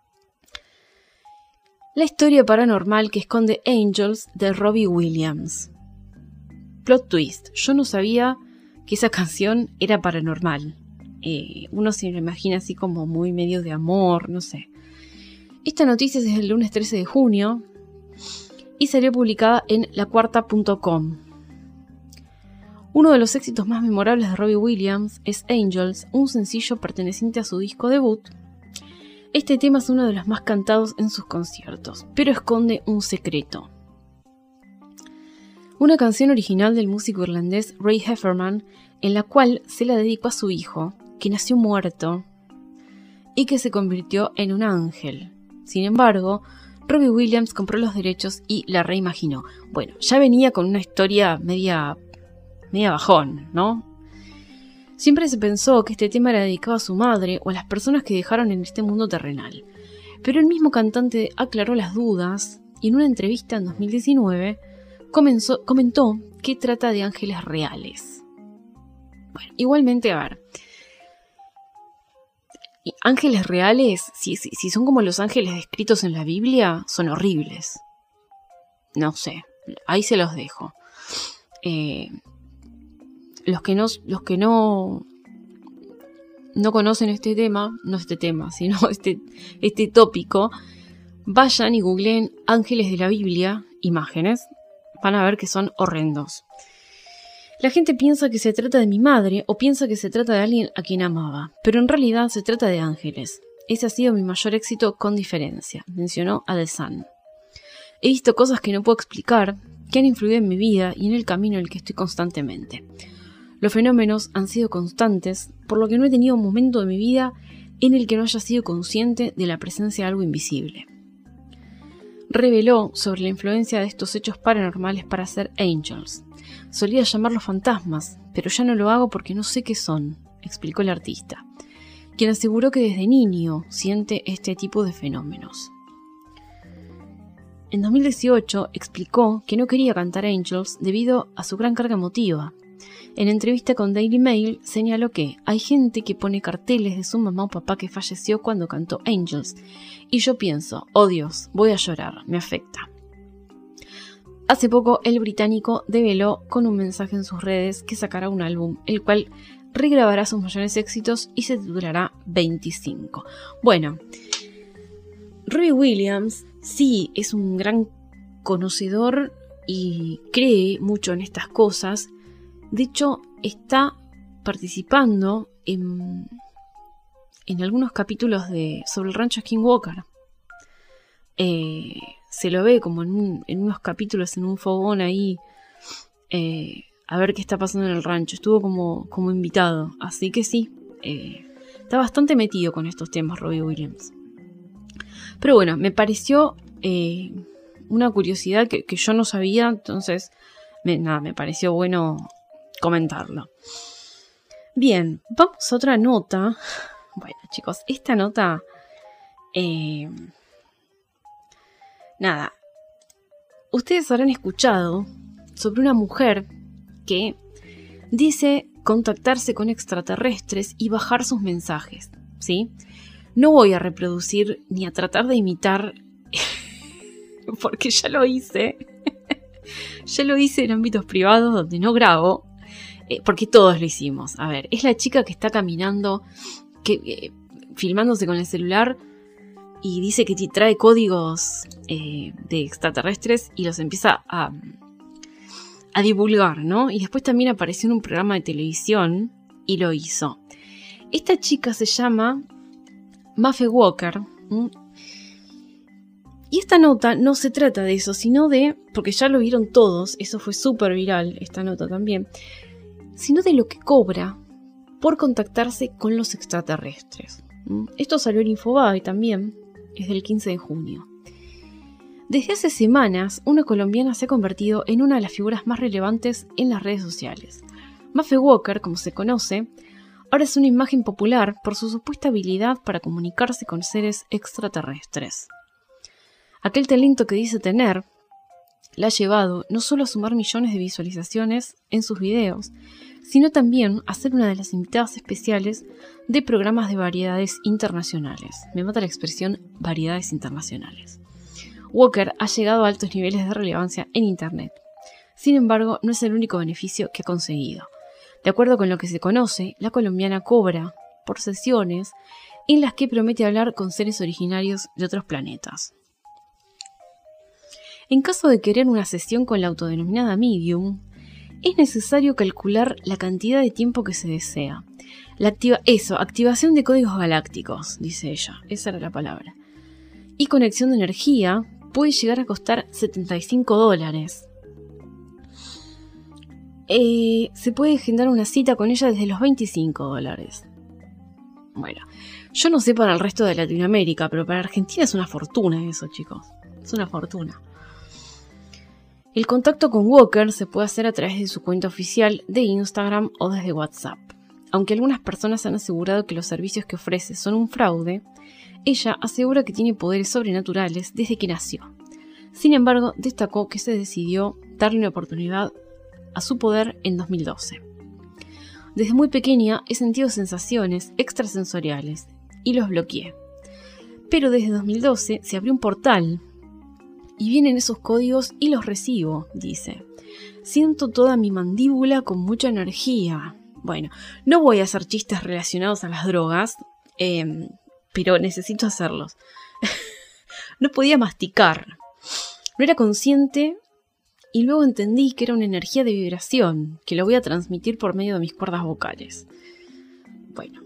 La historia paranormal que esconde Angels de Robbie Williams. Plot twist, yo no sabía que esa canción era paranormal. Uno se lo imagina así como muy medio de amor, no sé. Esta noticia es del lunes 13 de junio y salió publicada en lacuarta.com. Uno de los éxitos más memorables de Robbie Williams es Angels, un sencillo perteneciente a su disco debut. Este tema es uno de los más cantados en sus conciertos, pero esconde un secreto. Una canción original del músico irlandés Ray Heffernan en la cual se la dedicó a su hijo, que nació muerto y que se convirtió en un ángel. Sin embargo, Robbie Williams compró los derechos y la reimaginó. Bueno, ya venía con una historia media bajón, ¿no? Siempre se pensó que este tema era dedicado a su madre o a las personas que dejaron en este mundo terrenal. Pero el mismo cantante aclaró las dudas y en una entrevista en 2019 comentó que trata de ángeles reales. Bueno, igualmente, a ver, ángeles reales, si son como los ángeles descritos en la Biblia, son horribles. No sé, ahí se los dejo. Los que no conocen sino este tópico, vayan y googleen ángeles de la Biblia, imágenes, van a ver que son horrendos. La gente piensa que se trata de mi madre o piensa que se trata de alguien a quien amaba, pero en realidad se trata de ángeles. Ese ha sido mi mayor éxito con diferencia, mencionó a The Sun. He visto cosas que no puedo explicar, que han influido en mi vida y en el camino en el que estoy constantemente. Los fenómenos han sido constantes, por lo que no he tenido un momento de mi vida en el que no haya sido consciente de la presencia de algo invisible. Reveló sobre la influencia de estos hechos paranormales para hacer Angels. Solía llamarlos fantasmas, pero ya no lo hago porque no sé qué son, explicó el artista, quien aseguró que desde niño siente este tipo de fenómenos. En 2018 explicó que no quería cantar Angels debido a su gran carga emotiva. En entrevista con Daily Mail señaló que hay gente que pone carteles de su mamá o papá que falleció cuando cantó Angels, y yo pienso, oh Dios, voy a llorar, me afecta. Hace poco el británico develó con un mensaje en sus redes que sacará un álbum, el cual regrabará sus mayores éxitos y se titulará 25. Bueno, Robbie Williams sí es un gran conocedor y cree mucho en estas cosas. De hecho, está participando en algunos capítulos sobre el rancho Skinwalker. Se lo ve como en unos capítulos, en un fogón ahí, a ver qué está pasando en el rancho. Estuvo como invitado, así que sí, está bastante metido con estos temas Robbie Williams. Pero bueno, me pareció una curiosidad que yo no sabía, entonces me pareció bueno comentarlo. Bien, vamos a otra nota. Bueno, chicos, esta nota... ustedes habrán escuchado sobre una mujer que dice contactarse con extraterrestres y bajar sus mensajes, ¿sí? No voy a reproducir ni a tratar de imitar, porque ya lo hice. Ya lo hice en ámbitos privados donde no grabo, porque todos lo hicimos. A ver, es la chica que está caminando, filmándose con el celular y dice que trae códigos de extraterrestres y los empieza a divulgar, ¿no? Y después también apareció en un programa de televisión y lo hizo. Esta chica se llama Maffe Walker. Y esta nota no se trata de eso, sino porque ya lo vieron todos, eso fue súper viral, esta nota también, sino de lo que cobra por contactarse con los extraterrestres. Esto salió en Infobae también, es del 15 de junio. Desde hace semanas, una colombiana se ha convertido en una de las figuras más relevantes en las redes sociales. Maffe Walker, como se conoce, ahora es una imagen popular por su supuesta habilidad para comunicarse con seres extraterrestres. Aquel talento que dice tener la ha llevado no solo a sumar millones de visualizaciones en sus videos, sino también a ser una de las invitadas especiales de programas de variedades internacionales. Me mata la expresión variedades internacionales. Walker ha llegado a altos niveles de relevancia en Internet. Sin embargo, no es el único beneficio que ha conseguido. De acuerdo con lo que se conoce, la colombiana cobra por sesiones en las que promete hablar con seres originarios de otros planetas. En caso de querer una sesión con la autodenominada medium, es necesario calcular la cantidad de tiempo que se desea. Activación de códigos galácticos, dice ella, esa era la palabra. Y conexión de energía puede llegar a costar $75. se puede agendar una cita con ella desde los $25. Bueno, yo no sé para el resto de Latinoamérica, pero para Argentina es una fortuna eso, chicos. Es una fortuna. El contacto con Walker se puede hacer a través de su cuenta oficial de Instagram o desde WhatsApp. Aunque algunas personas han asegurado que los servicios que ofrece son un fraude, ella asegura que tiene poderes sobrenaturales desde que nació. Sin embargo, destacó que se decidió darle una oportunidad a su poder en 2012. Desde muy pequeña he sentido sensaciones extrasensoriales y los bloqueé. Pero desde 2012 se abrió un portal y vienen esos códigos y los recibo, dice. Siento toda mi mandíbula con mucha energía. Bueno, no voy a hacer chistes relacionados a las drogas, pero necesito hacerlos. No podía masticar. No era consciente y luego entendí que era una energía de vibración que lo voy a transmitir por medio de mis cuerdas vocales. Bueno,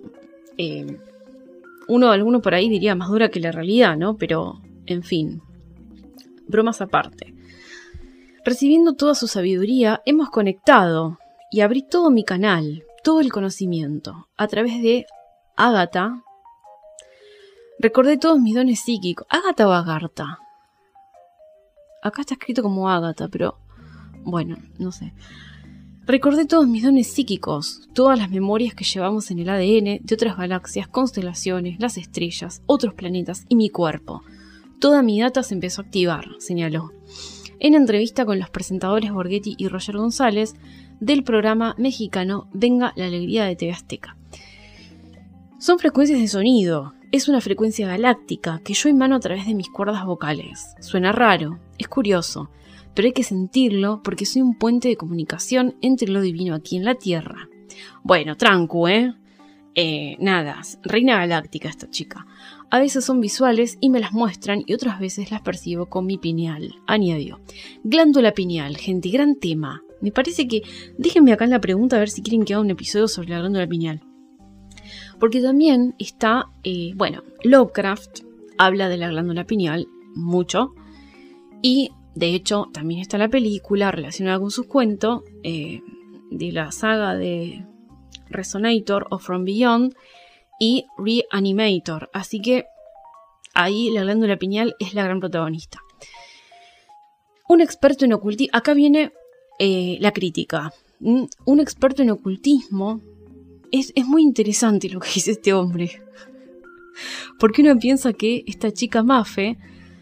alguno por ahí diría más dura que la realidad, ¿no? Pero, en fin, bromas aparte. Recibiendo toda su sabiduría, hemos conectado y abrí todo mi canal, todo el conocimiento, a través de Ágata. Recordé todos mis dones psíquicos. ¿Ágata o Agartha? Acá está escrito como Ágata, pero bueno, no sé. Recordé todos mis dones psíquicos, todas las memorias que llevamos en el ADN de otras galaxias, constelaciones, las estrellas, otros planetas y mi cuerpo. Toda mi data se empezó a activar, señaló, en entrevista con los presentadores Borghetti y Roger González del programa mexicano Venga la Alegría de TV Azteca. Son frecuencias de sonido. Es una frecuencia galáctica que yo emano a través de mis cuerdas vocales. Suena raro, es curioso, pero hay que sentirlo porque soy un puente de comunicación entre lo divino aquí en la Tierra. Bueno, trancu, nada, reina galáctica esta chica. A veces son visuales y me las muestran y otras veces las percibo con mi pineal, añadió. Glándula pineal, gente, gran tema. Me parece que... Déjenme acá en la pregunta a ver si quieren que haga un episodio sobre la glándula pineal. Porque también está, Lovecraft habla de la glándula pineal mucho. Y de hecho también está la película relacionada con sus cuentos de la saga de Resonator o From Beyond y Reanimator. Así que ahí la glándula pineal es la gran protagonista. Un experto en ocultismo... Acá viene la crítica. Un experto en ocultismo... Es muy interesante lo que dice este hombre. Porque uno piensa que esta chica Mafe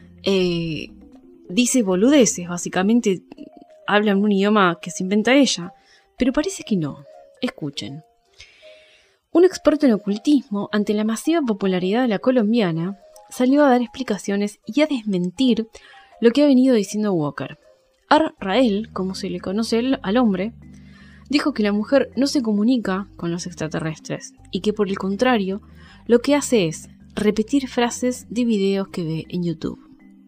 dice boludeces, básicamente habla en un idioma que se inventa ella, pero parece que no. Escuchen. Un experto en ocultismo, ante la masiva popularidad de la colombiana, salió a dar explicaciones y a desmentir lo que ha venido diciendo Walker. Ar-Rael, como se le conoce al hombre, dijo que la mujer no se comunica con los extraterrestres y que por el contrario, lo que hace es repetir frases de videos que ve en YouTube.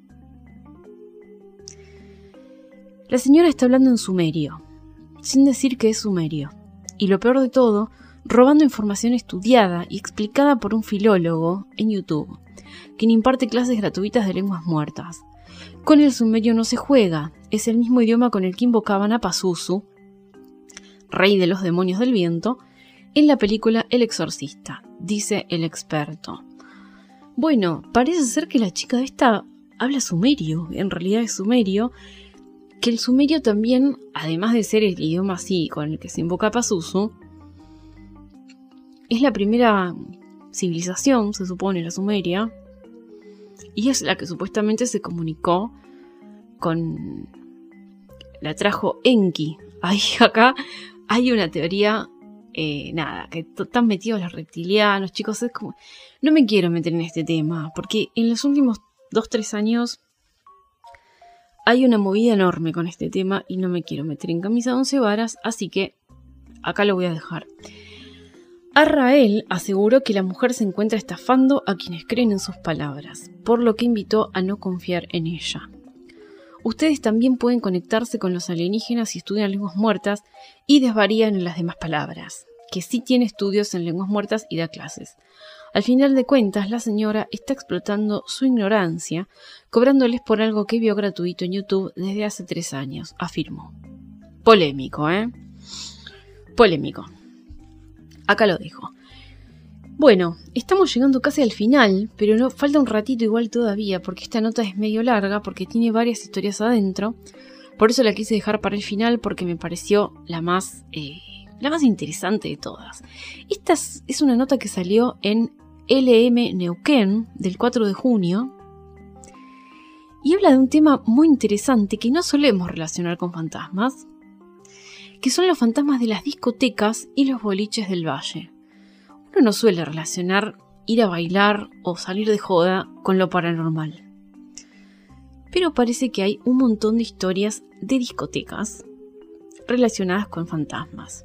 La señora está hablando en sumerio, sin decir que es sumerio, y lo peor de todo, robando información estudiada y explicada por un filólogo en YouTube, quien imparte clases gratuitas de lenguas muertas. Con el sumerio no se juega, es el mismo idioma con el que invocaban a Pazuzu, rey de los demonios del viento, en la película El Exorcista, dice el experto. Bueno, parece ser que la chica esta habla sumerio, en realidad es sumerio, que el sumerio también, además de ser el idioma así con el que se invoca a Pazuzu, es la primera civilización, se supone, la sumeria, y es la que supuestamente se comunicó con... la trajo Enki. Ahí acá hay una teoría, que están metidos los reptilianos, chicos, es como... No me quiero meter en este tema, porque en los últimos 2-3 años hay una movida enorme con este tema y no me quiero meter en camisa de 11 varas, así que acá lo voy a dejar. Ar-Rael aseguró que la mujer se encuentra estafando a quienes creen en sus palabras, por lo que invitó a no confiar en ella. Ustedes también pueden conectarse con los alienígenas si estudian lenguas muertas y desvarían en las demás palabras, que sí tiene estudios en lenguas muertas y da clases. Al final de cuentas, la señora está explotando su ignorancia, cobrándoles por algo que vio gratuito en YouTube desde hace 3 años, afirmó. Polémico, ¿eh? Polémico. Acá lo dejo. Bueno, estamos llegando casi al final, pero no falta un ratito igual todavía, porque esta nota es medio larga, porque tiene varias historias adentro. Por eso la quise dejar para el final, porque me pareció la más interesante de todas. Esta es una nota que salió en LM Neuquén del 4 de junio y habla de un tema muy interesante que no solemos relacionar con fantasmas, que son los fantasmas de las discotecas y los boliches del valle. Uno no suele relacionar ir a bailar o salir de joda con lo paranormal. Pero parece que hay un montón de historias de discotecas relacionadas con fantasmas.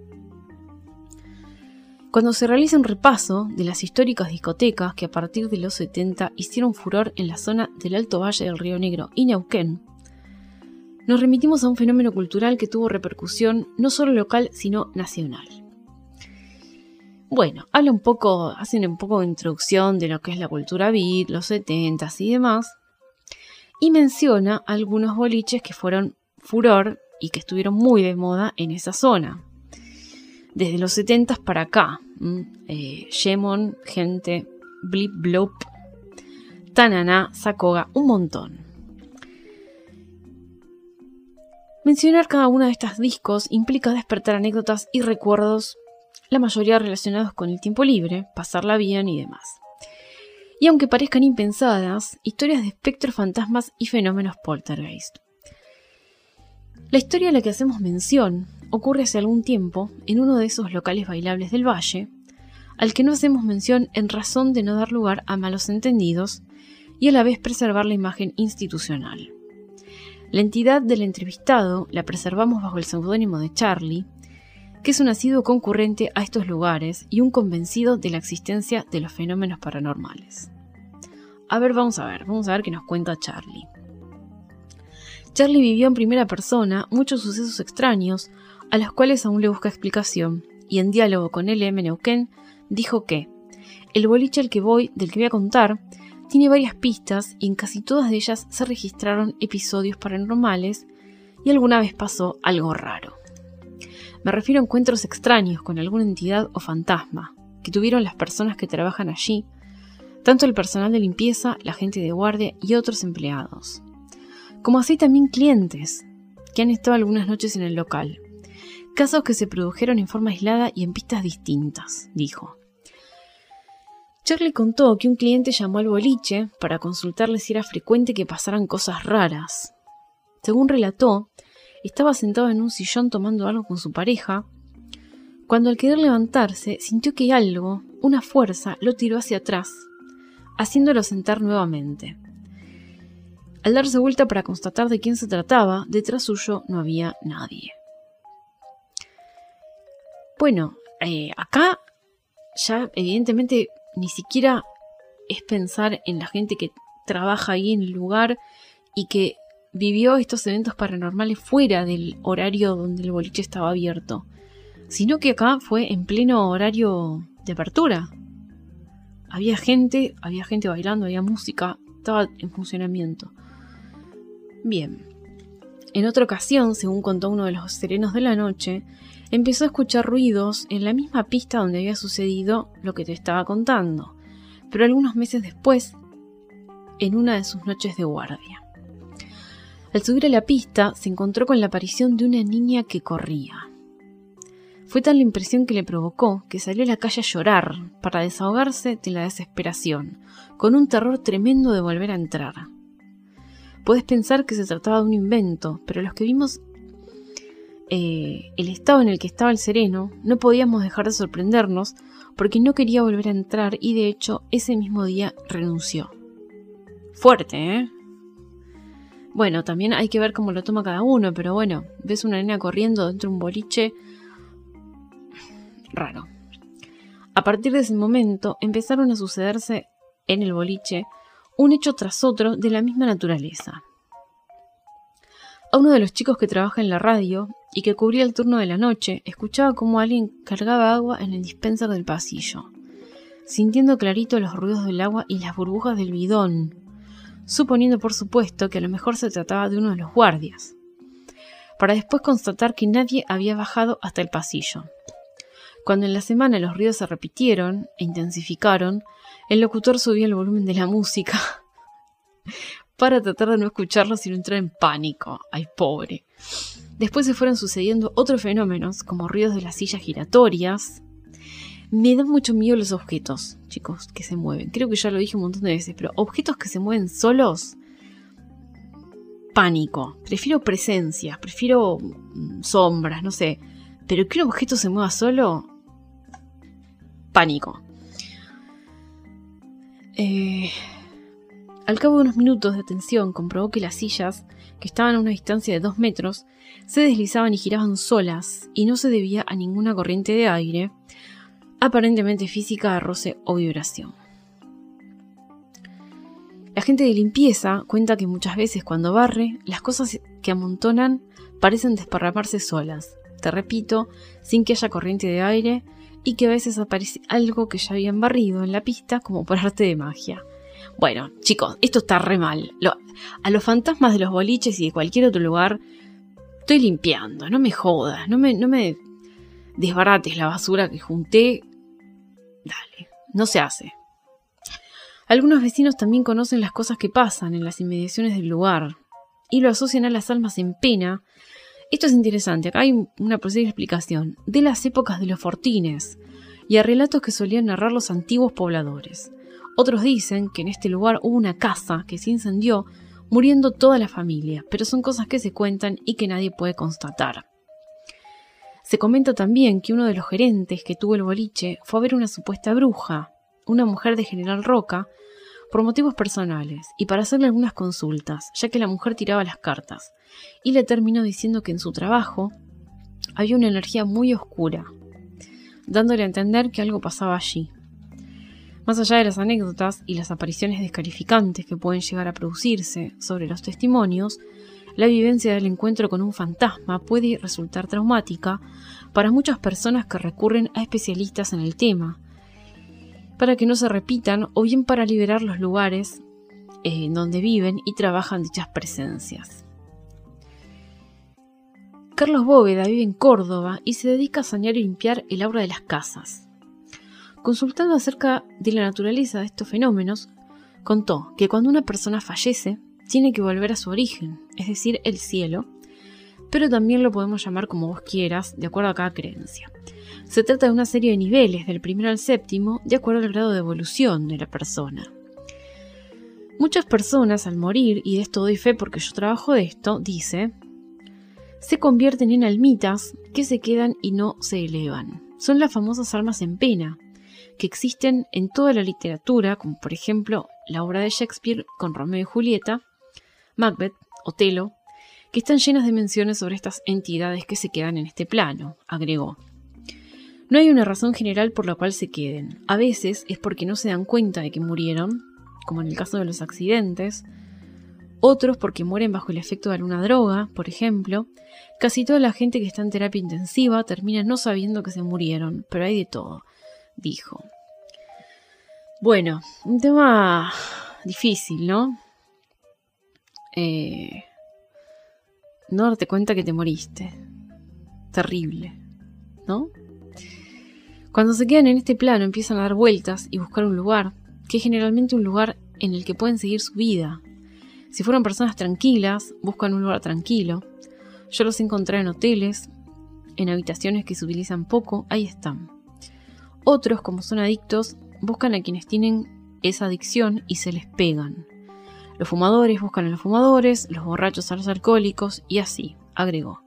Cuando se realiza un repaso de las históricas discotecas que a partir de los 70 hicieron furor en la zona del Alto Valle del Río Negro y Neuquén, nos remitimos a un fenómeno cultural que tuvo repercusión no solo local, sino nacional. Bueno, hacen un poco de introducción de lo que es la cultura beat, los 70s y demás, y menciona algunos boliches que fueron furor y que estuvieron muy de moda en esa zona. Desde los 70s para acá, Gemon, Gente, Blip Blop, Tananá, Sacoga, un montón. Mencionar cada una de estas discos implica despertar anécdotas y recuerdos, la mayoría relacionados con el tiempo libre, pasarla bien y demás. Y aunque parezcan impensadas, historias de espectros, fantasmas y fenómenos poltergeist. La historia a la que hacemos mención ocurre hace algún tiempo en uno de esos locales bailables del valle, al que no hacemos mención en razón de no dar lugar a malos entendidos y a la vez preservar la imagen institucional. La entidad del entrevistado la preservamos bajo el seudónimo de Charlie, que es un asiduo concurrente a estos lugares y un convencido de la existencia de los fenómenos paranormales. Vamos a ver qué nos cuenta Charlie. Charlie vivió en primera persona muchos sucesos extraños a los cuales aún le busca explicación, y en diálogo con LM Neuquén dijo que el boliche del que voy a contar tiene varias pistas y en casi todas de ellas se registraron episodios paranormales y alguna vez pasó algo raro. Me refiero a encuentros extraños con alguna entidad o fantasma que tuvieron las personas que trabajan allí, tanto el personal de limpieza, la gente de guardia y otros empleados, como así también clientes que han estado algunas noches en el local. Casos que se produjeron en forma aislada y en pistas distintas, dijo. Charlie contó que un cliente llamó al boliche para consultarle si era frecuente que pasaran cosas raras. Según relató, estaba sentado en un sillón tomando algo con su pareja, cuando al querer levantarse sintió que algo, una fuerza, lo tiró hacia atrás, haciéndolo sentar nuevamente. Al darse vuelta para constatar de quién se trataba, detrás suyo no había nadie. Bueno, acá ya evidentemente ni siquiera es pensar en la gente que trabaja ahí en el lugar y que vivió estos eventos paranormales fuera del horario donde el boliche estaba abierto, sino que acá fue en pleno horario de apertura. Había gente bailando, había música, estaba en funcionamiento. Bien. En otra ocasión, según contó uno de los serenos de la noche, empezó a escuchar ruidos en la misma pista donde había sucedido lo que te estaba contando, pero algunos meses después, en una de sus noches de guardia. Al subir a la pista, se encontró con la aparición de una niña que corría. Fue tal la impresión que le provocó que salió a la calle a llorar para desahogarse de la desesperación, con un terror tremendo de volver a entrar. Puedes pensar que se trataba de un invento, pero los que vimos el estado en el que estaba el sereno, no podíamos dejar de sorprendernos porque no quería volver a entrar y de hecho ese mismo día renunció. Fuerte, ¿eh? Bueno, también hay que ver cómo lo toma cada uno, pero bueno, ves una nena corriendo dentro de un boliche, raro. A partir de ese momento empezaron a sucederse en el boliche un hecho tras otro de la misma naturaleza. A uno de los chicos que trabaja en la radio y que cubría el turno de la noche, escuchaba cómo alguien cargaba agua en el dispenser del pasillo, sintiendo clarito los ruidos del agua y las burbujas del bidón, suponiendo por supuesto que a lo mejor se trataba de uno de los guardias. para después constatar que nadie había bajado hasta el pasillo. Cuando en la semana los ruidos se repitieron e intensificaron, el locutor subió el volumen de la música para tratar de no escucharlo sin entrar en pánico. ¡Ay, pobre! Después se fueron sucediendo otros fenómenos, como ruidos de las sillas giratorias. Me dan mucho miedo los objetos, chicos, que se mueven. Creo que ya lo dije un montón de veces, pero objetos que se mueven solos, pánico. Prefiero presencias, prefiero sombras, no sé. Pero que un objeto se mueva solo, pánico. Al cabo de unos minutos de atención, comprobó que las sillas, que estaban a una distancia de 2 metros, se deslizaban y giraban solas, y no se debía a ninguna corriente de aire, aparentemente física, de roce o vibración. La gente de limpieza cuenta que muchas veces cuando barre, las cosas que amontonan parecen desparramarse solas. Te repito, sin que haya corriente de aire, y que a veces aparece algo que ya habían barrido en la pista como por arte de magia. Bueno, chicos, esto está re mal. A los fantasmas de los boliches y de cualquier otro lugar estoy limpiando, no me jodas, no me desbarates la basura que junté. Dale, no se hace. Algunos vecinos también conocen las cosas que pasan en las inmediaciones del lugar y lo asocian a las almas en pena. Esto es interesante, acá hay una posible explicación de las épocas de los fortines y a relatos que solían narrar los antiguos pobladores. Otros dicen que en este lugar hubo una casa que se incendió, muriendo toda la familia, pero son cosas que se cuentan y que nadie puede constatar. Se comenta también que uno de los gerentes que tuvo el boliche fue a ver una supuesta bruja, una mujer de General Roca, por motivos personales y para hacerle algunas consultas, ya que la mujer tiraba las cartas, y le terminó diciendo que en su trabajo había una energía muy oscura, dándole a entender que algo pasaba allí. Más allá de las anécdotas y las apariciones descalificantes que pueden llegar a producirse sobre los testimonios, la vivencia del encuentro con un fantasma puede resultar traumática para muchas personas que recurren a especialistas en el tema, para que no se repitan o bien para liberar los lugares donde viven y trabajan dichas presencias. Carlos Bóveda vive en Córdoba y se dedica a sanear y limpiar el aura de las casas. Consultando acerca de la naturaleza de estos fenómenos, contó que cuando una persona fallece, tiene que volver a su origen, es decir, el cielo, pero también lo podemos llamar como vos quieras, de acuerdo a cada creencia. Se trata de una serie de niveles, del primero al séptimo, de acuerdo al grado de evolución de la persona. Muchas personas al morir, y de esto doy fe porque yo trabajo de esto, dice, se convierten en almitas que se quedan y no se elevan. Son las famosas almas en pena, que existen en toda la literatura, como por ejemplo la obra de Shakespeare con Romeo y Julieta, Macbeth, Otelo, que están llenas de menciones sobre estas entidades que se quedan en este plano, agregó. No hay una razón general por la cual se queden. A veces es porque no se dan cuenta de que murieron, como en el caso de los accidentes, otros porque mueren bajo el efecto de alguna droga, por ejemplo. Casi toda la gente que está en terapia intensiva termina no sabiendo que se murieron, pero hay de todo, dijo. Bueno, un tema difícil, ¿no? No darte cuenta que te moriste. Terrible, ¿no? Cuando se quedan en este plano empiezan a dar vueltas y buscar un lugar, que es generalmente un lugar en el que pueden seguir su vida. Si fueron personas tranquilas, buscan un lugar tranquilo. Yo los encontré en hoteles, en habitaciones que se utilizan poco, ahí están. Otros, como son adictos, buscan a quienes tienen esa adicción y se les pegan. Los fumadores buscan a los fumadores, los borrachos a los alcohólicos y así, agregó.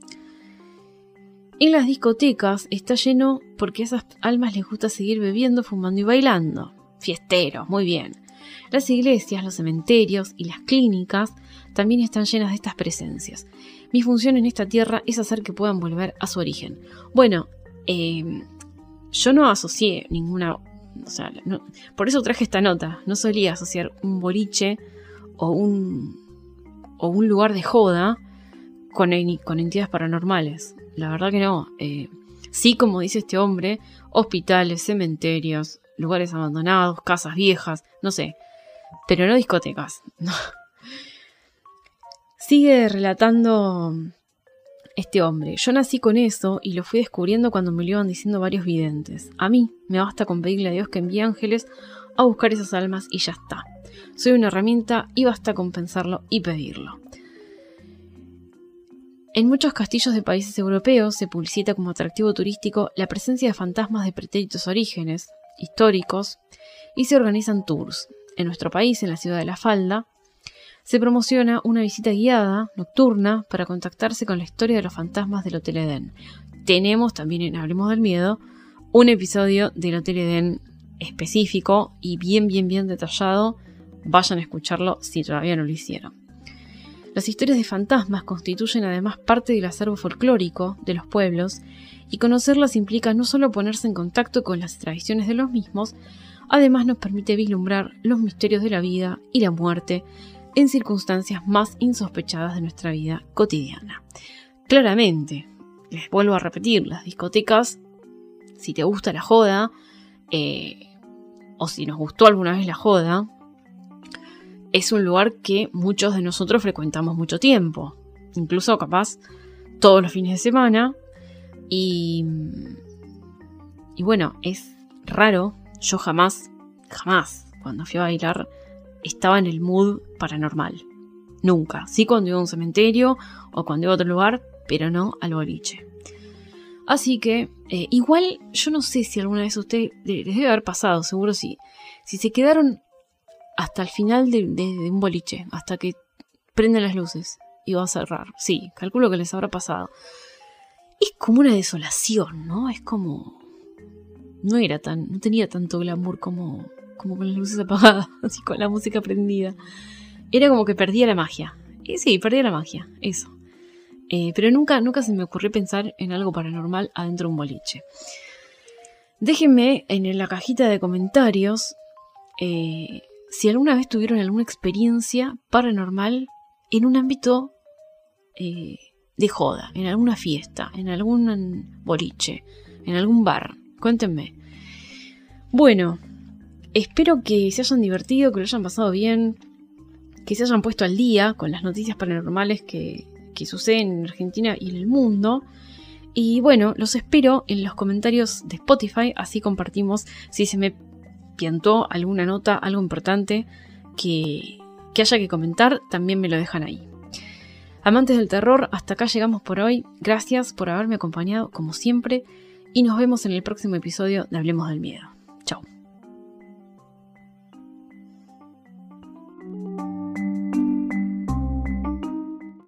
En las discotecas está lleno porque a esas almas les gusta seguir bebiendo, fumando y bailando. Fiesteros, muy bien. Las iglesias, los cementerios y las clínicas también están llenas de estas presencias. Mi función en esta tierra es hacer que puedan volver a su origen. Bueno, yo no asocié ninguna... O sea, no, por eso traje esta nota. No solía asociar un boliche o un lugar de joda con entidades paranormales. La verdad que no. Sí, como dice este hombre, hospitales, cementerios, lugares abandonados, casas viejas, no sé. Pero no discotecas. No. Sigue relatando este hombre: yo nací con eso y lo fui descubriendo cuando me lo iban diciendo varios videntes. A mí me basta con pedirle a Dios que envíe ángeles a buscar esas almas y ya está. Soy una herramienta y basta con pensarlo y pedirlo. En muchos castillos de países europeos se publicita como atractivo turístico la presencia de fantasmas de pretéritos orígenes históricos y se organizan tours. En nuestro país, en la ciudad de La Falda, se promociona una visita guiada nocturna para contactarse con la historia de los fantasmas del Hotel Edén. Tenemos también en Hablemos del Miedo un episodio del Hotel Edén específico y bien detallado. Vayan a escucharlo si todavía no lo hicieron. Las historias de fantasmas constituyen además parte del acervo folclórico de los pueblos y conocerlas implica no solo ponerse en contacto con las tradiciones de los mismos, además nos permite vislumbrar los misterios de la vida y la muerte en circunstancias más insospechadas de nuestra vida cotidiana. Claramente, les vuelvo a repetir, las discotecas, si te gusta la joda, o si nos gustó alguna vez la joda, es un lugar que muchos de nosotros frecuentamos mucho tiempo, incluso capaz todos los fines de semana, y bueno, es raro. Yo jamás, cuando fui a bailar, estaba en el mood paranormal. Nunca. Sí cuando iba a un cementerio o cuando iba a otro lugar, pero no al boliche. Así que, igual, yo no sé si alguna vez a ustedes les debe haber pasado, seguro sí. Si se quedaron hasta el final de un boliche, hasta que prenden las luces y va a cerrar. Sí, calculo que les habrá pasado. Es como una desolación, ¿no? Es como... No tenía tanto glamour como con las luces apagadas, así con la música prendida. Era como que perdía la magia. Sí, perdía la magia, eso. Pero nunca se me ocurrió pensar en algo paranormal adentro de un boliche. Déjenme en la cajita de comentarios si alguna vez tuvieron alguna experiencia paranormal en un ámbito de joda, en alguna fiesta, en algún boliche, en algún bar. Cuéntenme. Bueno, espero que se hayan divertido, que lo hayan pasado bien, que se hayan puesto al día con las noticias paranormales que suceden en Argentina y en el mundo. Y bueno, los espero en los comentarios de Spotify, así compartimos si se me piantó alguna nota, algo importante que haya que comentar, también me lo dejan ahí. Amantes del terror, hasta acá llegamos por hoy. Gracias por haberme acompañado como siempre y nos vemos en el próximo episodio de Hablemos del Miedo.